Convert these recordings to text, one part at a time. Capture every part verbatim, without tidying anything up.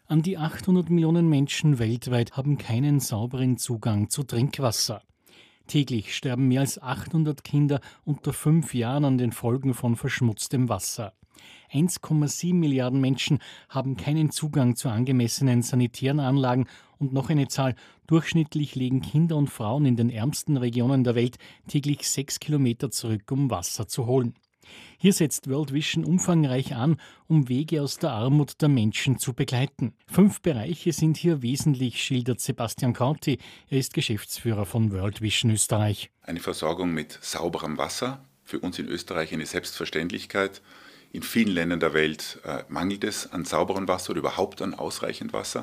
An die achthundert Millionen Menschen weltweit haben keinen sauberen Zugang zu Trinkwasser. Täglich sterben mehr als achthundert Kinder unter fünf Jahren an den Folgen von verschmutztem Wasser. eins Komma sieben Milliarden Menschen haben keinen Zugang zu angemessenen sanitären Anlagen und noch eine Zahl: durchschnittlich legen Kinder und Frauen in den ärmsten Regionen der Welt täglich sechs Kilometer zurück, um Wasser zu holen. Hier setzt World Vision umfangreich an, um Wege aus der Armut der Menschen zu begleiten. Fünf Bereiche sind hier wesentlich, schildert Sebastian Corti. Er ist Geschäftsführer von World Vision Österreich. Eine Versorgung mit sauberem Wasser, für uns in Österreich eine Selbstverständlichkeit. In vielen Ländern der Welt äh, mangelt es an sauberem Wasser oder überhaupt an ausreichend Wasser.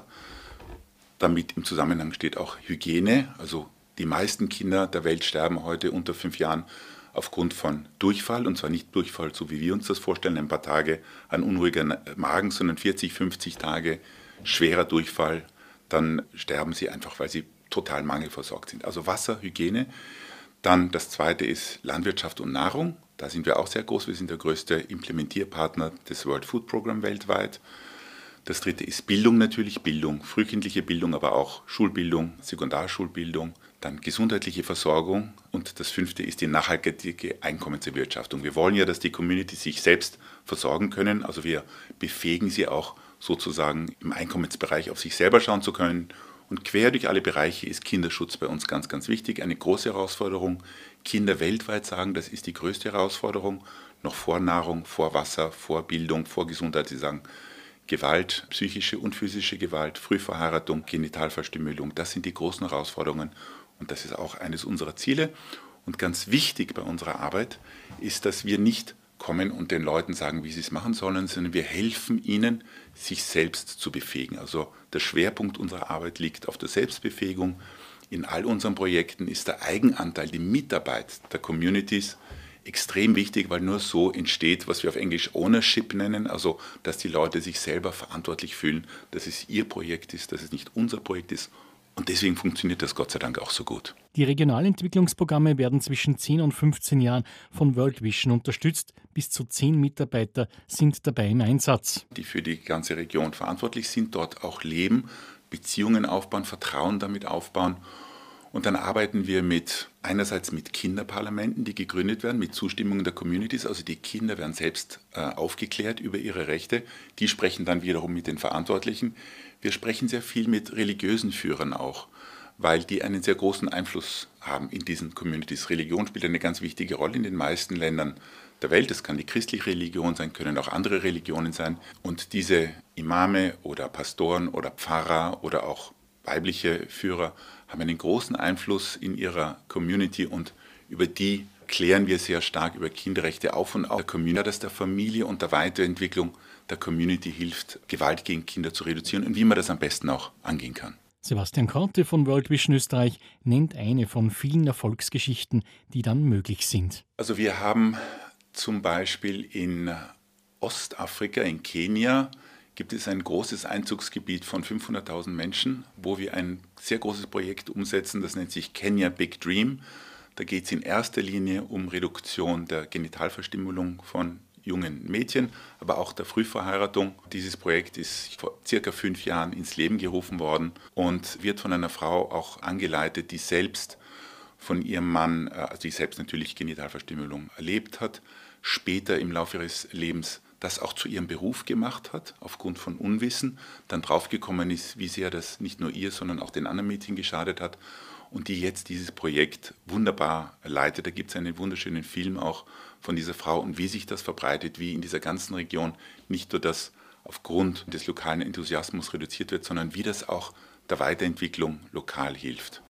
Damit im Zusammenhang steht auch Hygiene. Also die meisten Kinder der Welt sterben heute unter fünf Jahren aufgrund von Durchfall, und zwar nicht Durchfall, so wie wir uns das vorstellen, ein paar Tage an unruhiger Magen, sondern vierzig, fünfzig Tage schwerer Durchfall. Dann sterben sie einfach, weil sie total mangelversorgt sind. Also Wasser, Hygiene. Dann das zweite ist Landwirtschaft und Nahrung. Da sind wir auch sehr groß. Wir sind der größte Implementierpartner des World Food Program weltweit. Das dritte ist Bildung natürlich, Bildung, frühkindliche Bildung, aber auch Schulbildung, Sekundarschulbildung, dann gesundheitliche Versorgung, und das fünfte ist die nachhaltige Einkommenserwirtschaftung. Wir wollen ja, dass die Communities sich selbst versorgen können, also wir befähigen sie auch sozusagen im Einkommensbereich auf sich selber schauen zu können. Und quer durch alle Bereiche ist Kinderschutz bei uns ganz, ganz wichtig, eine große Herausforderung. Kinder weltweit sagen, das ist die größte Herausforderung, noch vor Nahrung, vor Wasser, vor Bildung, vor Gesundheit. Sie sagen, Gewalt, psychische und physische Gewalt, Frühverheiratung, Genitalverstümmelung, das sind die großen Herausforderungen, und das ist auch eines unserer Ziele. Und ganz wichtig bei unserer Arbeit ist, dass wir nicht kommen und den Leuten sagen, wie sie es machen sollen, sondern wir helfen ihnen, sich selbst zu befähigen. Also der Schwerpunkt unserer Arbeit liegt auf der Selbstbefähigung. In all unseren Projekten ist der Eigenanteil, die Mitarbeit der Communities extrem wichtig, weil nur so entsteht, was wir auf Englisch Ownership nennen, also dass die Leute sich selber verantwortlich fühlen, dass es ihr Projekt ist, dass es nicht unser Projekt ist. Und deswegen funktioniert das Gott sei Dank auch so gut. Die Regionalentwicklungsprogramme werden zwischen zehn und fünfzehn Jahren von World Vision unterstützt. Bis zu zehn Mitarbeiter sind dabei im Einsatz. Die für die ganze Region verantwortlich sind, dort auch leben, Beziehungen aufbauen, Vertrauen damit aufbauen. Und dann arbeiten wir mit einerseits mit Kinderparlamenten, die gegründet werden, mit Zustimmung der Communities. Also die Kinder werden selbst äh, aufgeklärt über ihre Rechte. Die sprechen dann wiederum mit den Verantwortlichen. Wir sprechen sehr viel mit religiösen Führern auch, weil die einen sehr großen Einfluss haben in diesen Communities. Religion spielt eine ganz wichtige Rolle in den meisten Ländern der Welt. Das kann die christliche Religion sein, können auch andere Religionen sein. Und diese Imame oder Pastoren oder Pfarrer oder auch weibliche Führer haben einen großen Einfluss in ihrer Community, und über die klären wir sehr stark über Kinderrechte auf, und auch der Community, dass der Familie und der Weiterentwicklung der Community hilft, Gewalt gegen Kinder zu reduzieren und wie man das am besten auch angehen kann. Sebastian Korte von World Vision Österreich nennt eine von vielen Erfolgsgeschichten, die dann möglich sind. Also wir haben zum Beispiel in Ostafrika, in Kenia, gibt es ein großes Einzugsgebiet von fünfhunderttausend Menschen, wo wir ein sehr großes Projekt umsetzen, das nennt sich Kenya Big Dream. Da geht es in erster Linie um Reduktion der Genitalverstümmelung von jungen Mädchen, aber auch der Frühverheiratung. Dieses Projekt ist vor circa fünf Jahren ins Leben gerufen worden und wird von einer Frau auch angeleitet, die selbst von ihrem Mann, also die selbst natürlich Genitalverstümmelung erlebt hat, später im Laufe ihres Lebens das auch zu ihrem Beruf gemacht hat, aufgrund von Unwissen, dann draufgekommen ist, wie sehr das nicht nur ihr, sondern auch den anderen Mädchen geschadet hat, und die jetzt dieses Projekt wunderbar leitet. Da gibt es einen wunderschönen Film auch von dieser Frau und wie sich das verbreitet, wie in dieser ganzen Region nicht nur das aufgrund des lokalen Enthusiasmus reduziert wird, sondern wie das auch der Weiterentwicklung lokal hilft.